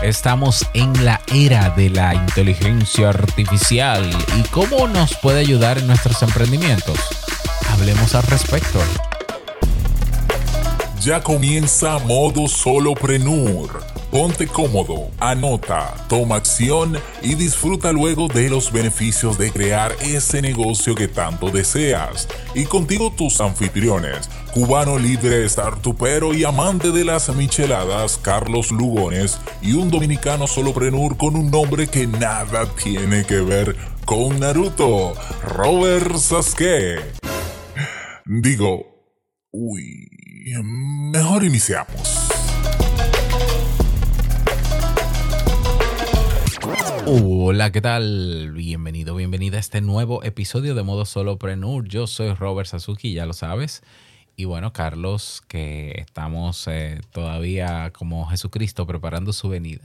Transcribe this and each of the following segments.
Estamos en la era de la inteligencia artificial y cómo nos puede ayudar en nuestros emprendimientos. Hablemos al respecto. Ya comienza Modo Solopreneur. Ponte cómodo, anota, toma acción y disfruta luego de los beneficios de crear ese negocio que tanto deseas. Y contigo tus anfitriones, cubano líder startupero y amante de las micheladas, Carlos Lugones, y un dominicano solopreneur con un nombre que nada tiene que ver con Naruto, Robert Sasuke. Mejor iniciamos. Hola, ¿qué tal? Bienvenida a este nuevo episodio de Modo Solopreneur. Yo soy Robert Sasuke, ya lo sabes. Y bueno, Carlos, que estamos todavía como Jesucristo preparando su venida.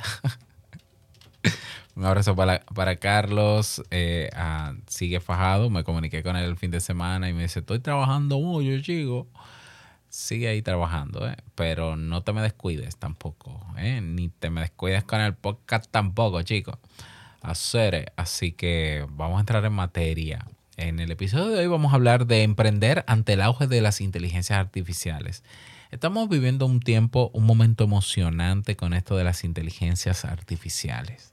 Un abrazo para Carlos. Sigue fajado. Me comuniqué con él el fin de semana y me dice, estoy trabajando mucho, chico. Sigue ahí trabajando, pero no te me descuides tampoco, ni te me descuides con el podcast tampoco, chicos. Así que vamos a entrar en materia. En el episodio de hoy vamos a hablar de emprender ante el auge de las inteligencias artificiales. Estamos viviendo un momento emocionante con esto de las inteligencias artificiales.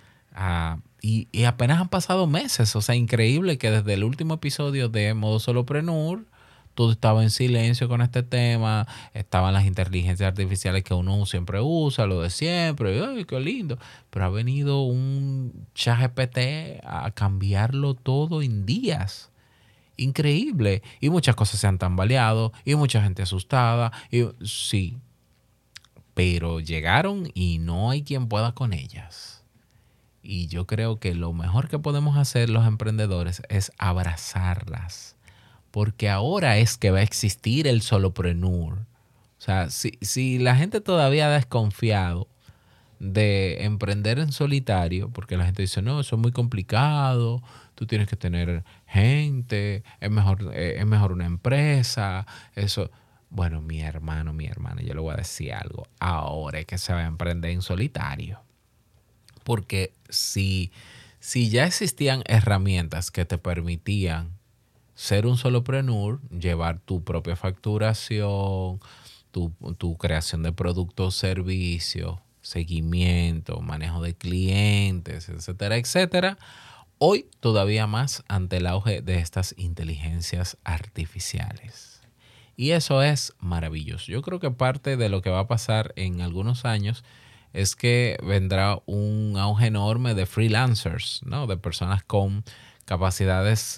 Y apenas han pasado meses, o sea, increíble que desde el último episodio de Modo Solopreneur todo estaba en silencio con este tema, estaban las inteligencias artificiales que uno siempre usa, lo de siempre, ¡ay, qué lindo! Pero ha venido un ChatGPT a cambiarlo todo en días. Increíble. Y muchas cosas se han tambaleado y mucha gente asustada. Sí, pero llegaron y no hay quien pueda con ellas. Y yo creo que lo mejor que podemos hacer los emprendedores es abrazarlas. Porque ahora es que va a existir el solopreneur. O sea, si la gente todavía ha desconfiado de emprender en solitario, porque la gente dice, no, eso es muy complicado, tú tienes que tener gente, es mejor una empresa, eso. Bueno, mi hermano, yo le voy a decir algo. Ahora es que se va a emprender en solitario. Porque si ya existían herramientas que te permitían ser un solopreneur, llevar tu propia facturación, tu creación de productos, servicios, seguimiento, manejo de clientes, etcétera, etcétera. Hoy todavía más ante el auge de estas inteligencias artificiales. Y eso es maravilloso. Yo creo que parte de lo que va a pasar en algunos años es que vendrá un auge enorme de freelancers, ¿no? De personas con capacidades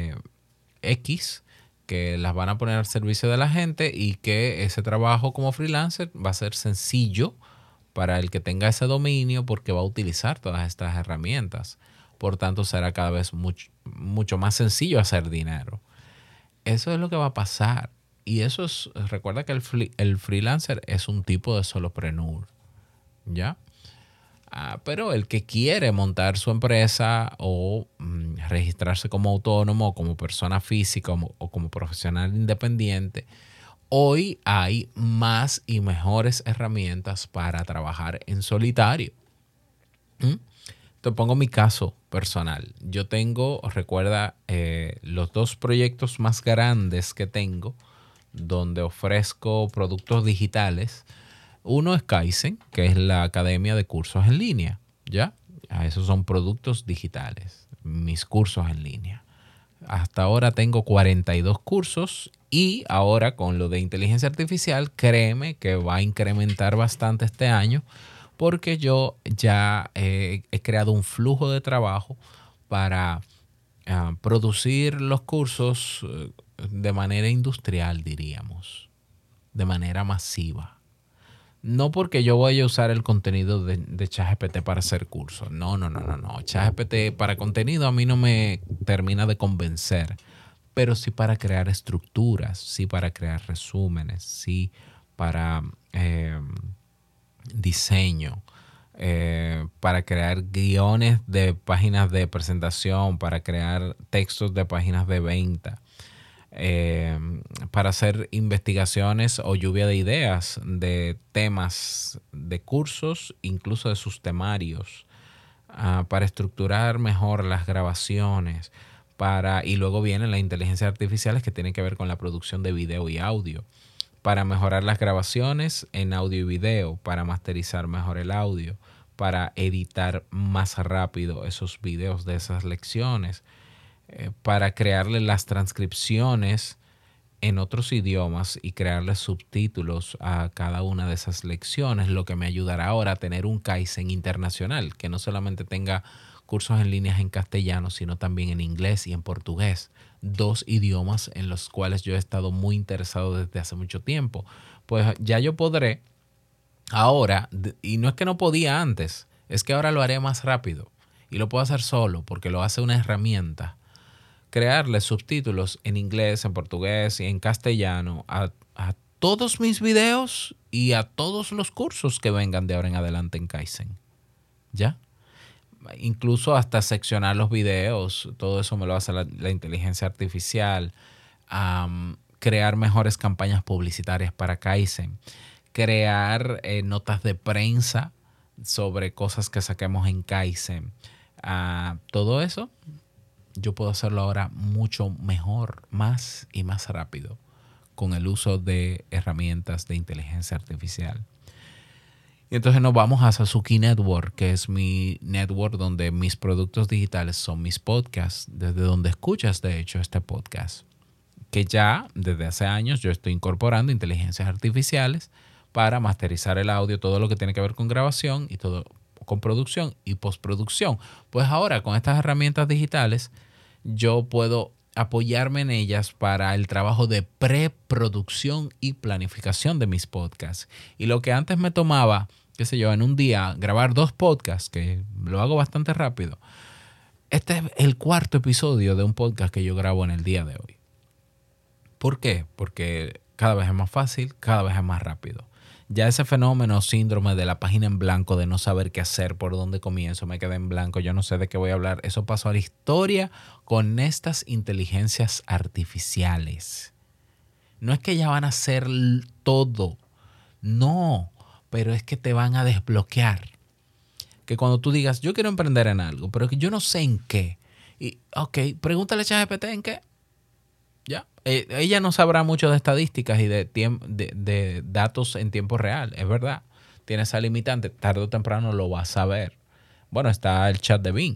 X que las van a poner al servicio de la gente y que ese trabajo como freelancer va a ser sencillo para el que tenga ese dominio porque va a utilizar todas estas herramientas. Por tanto, será cada vez mucho más sencillo hacer dinero. Eso es lo que va a pasar. Y recuerda que el freelancer es un tipo de solopreneur, ¿ya? Pero el que quiere montar su empresa o registrarse como autónomo o como persona física o como profesional independiente, hoy hay más y mejores herramientas para trabajar en solitario. Te pongo mi caso personal. Yo recuerda, los dos proyectos más grandes que tengo donde ofrezco productos digitales. Uno es Kaizen, que es la academia de cursos en línea, ¿ya? Esos son productos digitales, mis cursos en línea. Hasta ahora tengo 42 cursos y ahora con lo de inteligencia artificial, créeme que va a incrementar bastante este año porque yo ya he creado un flujo de trabajo para producir los cursos de manera industrial, diríamos, de manera masiva. No porque yo vaya a usar el contenido de ChatGPT para hacer cursos. No. ChatGPT para contenido a mí no me termina de convencer. Pero sí para crear estructuras, sí para crear resúmenes, sí para diseño, para crear guiones de páginas de presentación, para crear textos de páginas de venta. para hacer investigaciones o lluvia de ideas de temas de cursos, incluso de sus temarios, para estructurar mejor las grabaciones, y luego vienen las inteligencias artificiales que tienen que ver con la producción de video y audio, para mejorar las grabaciones en audio y video, para masterizar mejor el audio, para editar más rápido esos videos de esas lecciones, para crearle las transcripciones en otros idiomas y crearle subtítulos a cada una de esas lecciones, lo que me ayudará ahora a tener un Kaizen internacional, que no solamente tenga cursos en líneas en castellano, sino también en inglés y en portugués, 2 idiomas en los cuales yo he estado muy interesado desde hace mucho tiempo. Pues ya yo podré ahora, y no es que no podía antes, es que ahora lo haré más rápido y lo puedo hacer solo porque lo hace una herramienta. Crearle subtítulos en inglés, en portugués y en castellano a todos mis videos y a todos los cursos que vengan de ahora en adelante en Kaizen. ¿Ya? Incluso hasta seccionar los videos, todo eso me lo hace la inteligencia artificial. Crear mejores campañas publicitarias para Kaizen. Crear notas de prensa sobre cosas que saquemos en Kaizen. Todo eso yo puedo hacerlo ahora mucho mejor, más y más rápido, con el uso de herramientas de inteligencia artificial. Y entonces nos vamos a Sasuki Network, que es mi network donde mis productos digitales son mis podcasts, desde donde escuchas de hecho este podcast, que ya desde hace años yo estoy incorporando inteligencias artificiales para masterizar el audio, todo lo que tiene que ver con grabación y todo con producción y postproducción. Pues ahora con estas herramientas digitales yo puedo apoyarme en ellas para el trabajo de preproducción y planificación de mis podcasts. Y lo que antes me tomaba, qué sé yo, en un día grabar 2 podcasts, que lo hago bastante rápido. Este es el 4º episodio de un podcast que yo grabo en el día de hoy. ¿Por qué? Porque cada vez es más fácil, cada vez es más rápido. Ya ese fenómeno, síndrome de la página en blanco, de no saber qué hacer, por dónde comienzo, me quedé en blanco, yo no sé de qué voy a hablar, eso pasó a la historia con estas inteligencias artificiales. No es que ya van a hacer todo, no, pero es que te van a desbloquear. Que cuando tú digas, yo quiero emprender en algo, pero que yo no sé en qué, y ok, pregúntale a ChatGPT en qué. Ya. Ella no sabrá mucho de estadísticas y de datos en tiempo real, es verdad. Tiene esa limitante, tarde o temprano lo va a saber. Bueno, está el chat de Bing,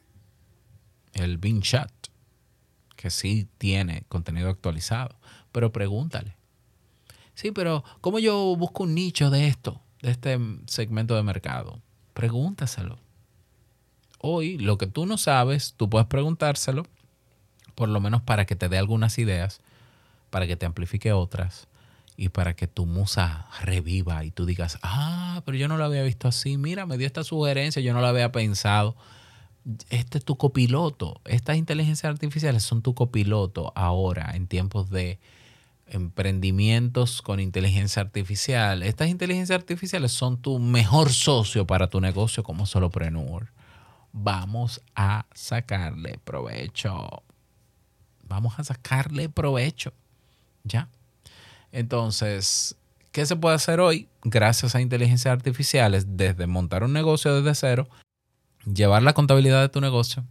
el Bing Chat, que sí tiene contenido actualizado, pero pregúntale. Sí, pero ¿cómo yo busco un nicho de esto, de este segmento de mercado? Pregúntaselo. Hoy, lo que tú no sabes, tú puedes preguntárselo, por lo menos para que te dé algunas ideas, para que te amplifique otras y para que tu musa reviva y tú digas, pero yo no lo había visto así, mira, me dio esta sugerencia, yo no lo había pensado. Este es tu copiloto. Estas inteligencias artificiales son tu copiloto ahora en tiempos de emprendimientos con inteligencia artificial. Estas inteligencias artificiales son tu mejor socio para tu negocio como solopreneur. Vamos a sacarle provecho. Vamos a sacarle provecho. ¿Ya? Entonces, ¿qué se puede hacer hoy gracias a inteligencias artificiales? Desde montar un negocio desde cero, llevar la contabilidad de tu negocio,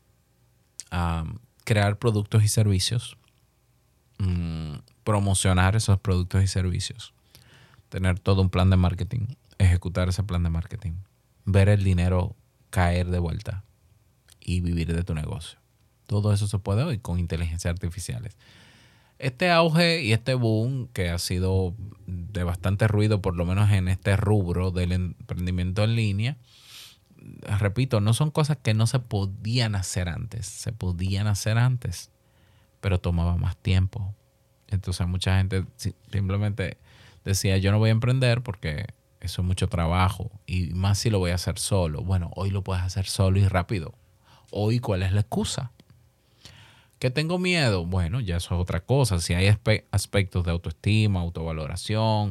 crear productos y servicios, promocionar esos productos y servicios, tener todo un plan de marketing, ejecutar ese plan de marketing, ver el dinero caer de vuelta y vivir de tu negocio. Todo eso se puede hoy con inteligencias artificiales. Este auge y este boom que ha sido de bastante ruido, por lo menos en este rubro del emprendimiento en línea, repito, no son cosas que no se podían hacer antes. Se podían hacer antes, pero tomaba más tiempo. Entonces mucha gente simplemente decía, yo no voy a emprender porque eso es mucho trabajo y más si lo voy a hacer solo. Bueno, hoy lo puedes hacer solo y rápido. Hoy, ¿cuál es la excusa? ¿Que tengo miedo? Bueno, ya eso es otra cosa. Si hay aspectos de autoestima, autovaloración,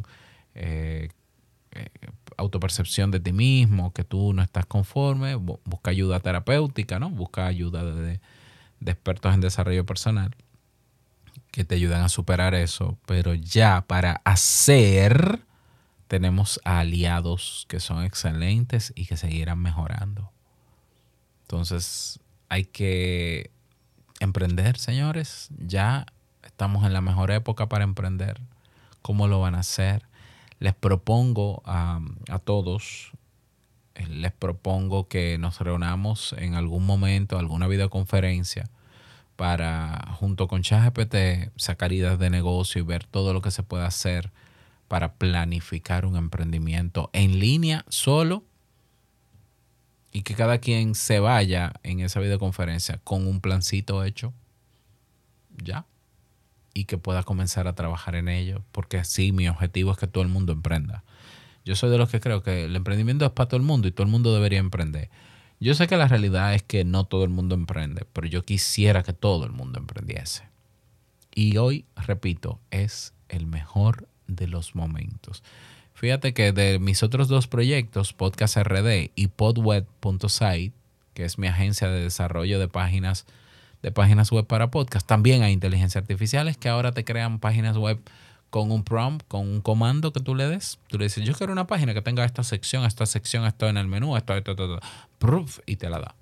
autopercepción de ti mismo, que tú no estás conforme, busca ayuda terapéutica, ¿no? Busca ayuda de expertos en desarrollo personal que te ayudan a superar eso, pero ya para hacer tenemos a aliados que son excelentes y que seguirán mejorando. Entonces hay que emprender, señores. Ya estamos en la mejor época para emprender. ¿Cómo lo van a hacer? Les propongo a todos, les propongo que nos reunamos en algún momento, alguna videoconferencia, para, junto con ChatGPT, sacar ideas de negocio y ver todo lo que se puede hacer para planificar un emprendimiento en línea solo, y que cada quien se vaya en esa videoconferencia con un plancito hecho, ya, y que pueda comenzar a trabajar en ello, porque sí, mi objetivo es que todo el mundo emprenda. Yo soy de los que creo que el emprendimiento es para todo el mundo y todo el mundo debería emprender. Yo sé que la realidad es que no todo el mundo emprende, pero yo quisiera que todo el mundo emprendiese. Y hoy, repito, es el mejor de los momentos. Fíjate que de mis otros dos proyectos, Podcast RD y podweb.site, que es mi agencia de desarrollo de páginas web para podcast, también hay inteligencia artificiales que ahora te crean páginas web con un prompt, con un comando que tú le des. Tú le dices, yo quiero una página que tenga esta sección, esto en el menú, esto, y te la da.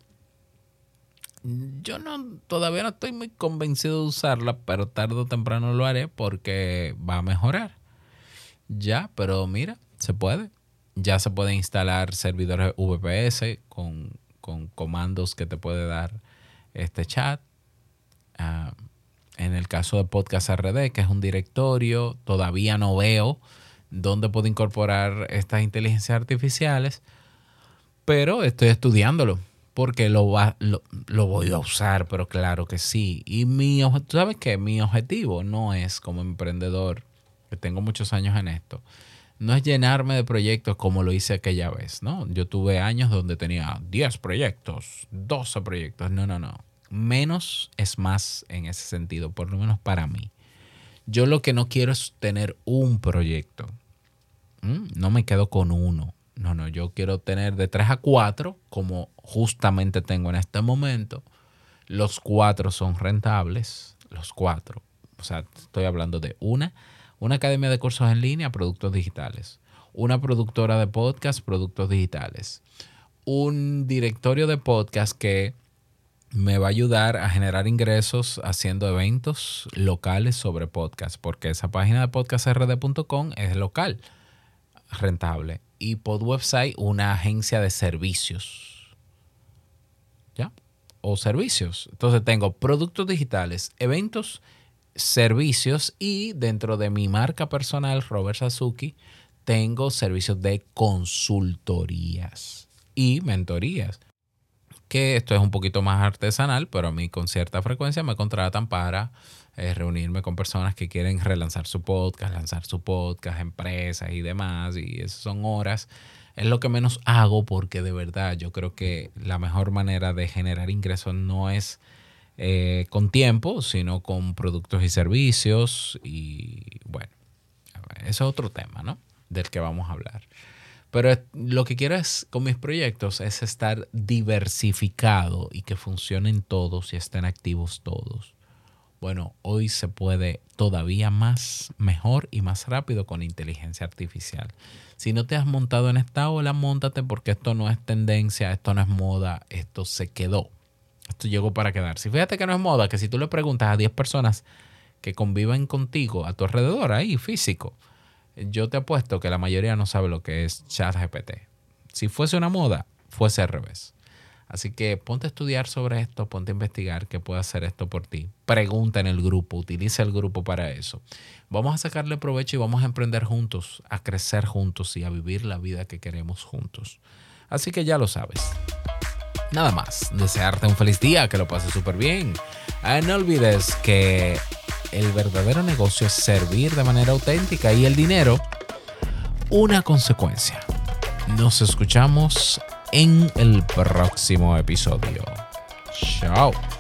Yo todavía no estoy muy convencido de usarla, pero tarde o temprano lo haré porque va a mejorar. Ya, pero mira, se puede. Ya se puede instalar servidores VPS con comandos que te puede dar este chat. En el caso de Podcast RD, que es un directorio, todavía no veo dónde puedo incorporar estas inteligencias artificiales, pero estoy estudiándolo porque lo voy a usar, pero claro que sí. Y tú sabes que mi objetivo no es, como emprendedor, que tengo muchos años en esto, no es llenarme de proyectos como lo hice aquella vez, ¿no? Yo tuve años donde tenía 10 proyectos, 12 proyectos. No. Menos es más en ese sentido, por lo menos para mí. Yo lo que no quiero es tener un proyecto. No me quedo con uno. No, yo quiero tener de 3 a 4, como justamente tengo en este momento. Los 4 son rentables, los 4. O sea, estoy hablando de una academia de cursos en línea, productos digitales. Una productora de podcast, productos digitales. Un directorio de podcast que me va a ayudar a generar ingresos haciendo eventos locales sobre podcast, porque esa página de podcastrd.com es local, rentable. Y Podwebsite, una agencia de servicios. ¿Ya? O servicios. Entonces tengo productos digitales, eventos, servicios, y dentro de mi marca personal, Robert Sasuki, tengo servicios de consultorías y mentorías. Que esto es un poquito más artesanal, pero a mí con cierta frecuencia me contratan para reunirme con personas que quieren relanzar su podcast, lanzar su podcast, empresas y demás, y esas son horas. Es lo que menos hago porque de verdad yo creo que la mejor manera de generar ingresos no es con tiempo, sino con productos y servicios, y bueno, eso es otro tema, ¿no? Del que vamos a hablar. Pero lo que quiero es, con mis proyectos, es estar diversificado y que funcionen todos y estén activos todos. Bueno, hoy se puede todavía más, mejor y más rápido con inteligencia artificial. Si no te has montado en esta ola, móntate, porque esto no es tendencia, esto no es moda, esto se quedó. Esto llegó para quedarse. Fíjate que no es moda, que si tú le preguntas a 10 personas que conviven contigo a tu alrededor, ahí físico, yo te apuesto que la mayoría no sabe lo que es ChatGPT. Si fuese una moda, fuese al revés. Así que ponte a estudiar sobre esto, ponte a investigar qué puede hacer esto por ti. Pregunta en el grupo, utiliza el grupo para eso. Vamos a sacarle provecho y vamos a emprender juntos, a crecer juntos y a vivir la vida que queremos juntos. Así que ya lo sabes. Nada más, desearte un feliz día, que lo pases súper bien. No olvides que el verdadero negocio es servir de manera auténtica y el dinero, una consecuencia. Nos escuchamos en el próximo episodio. Chao.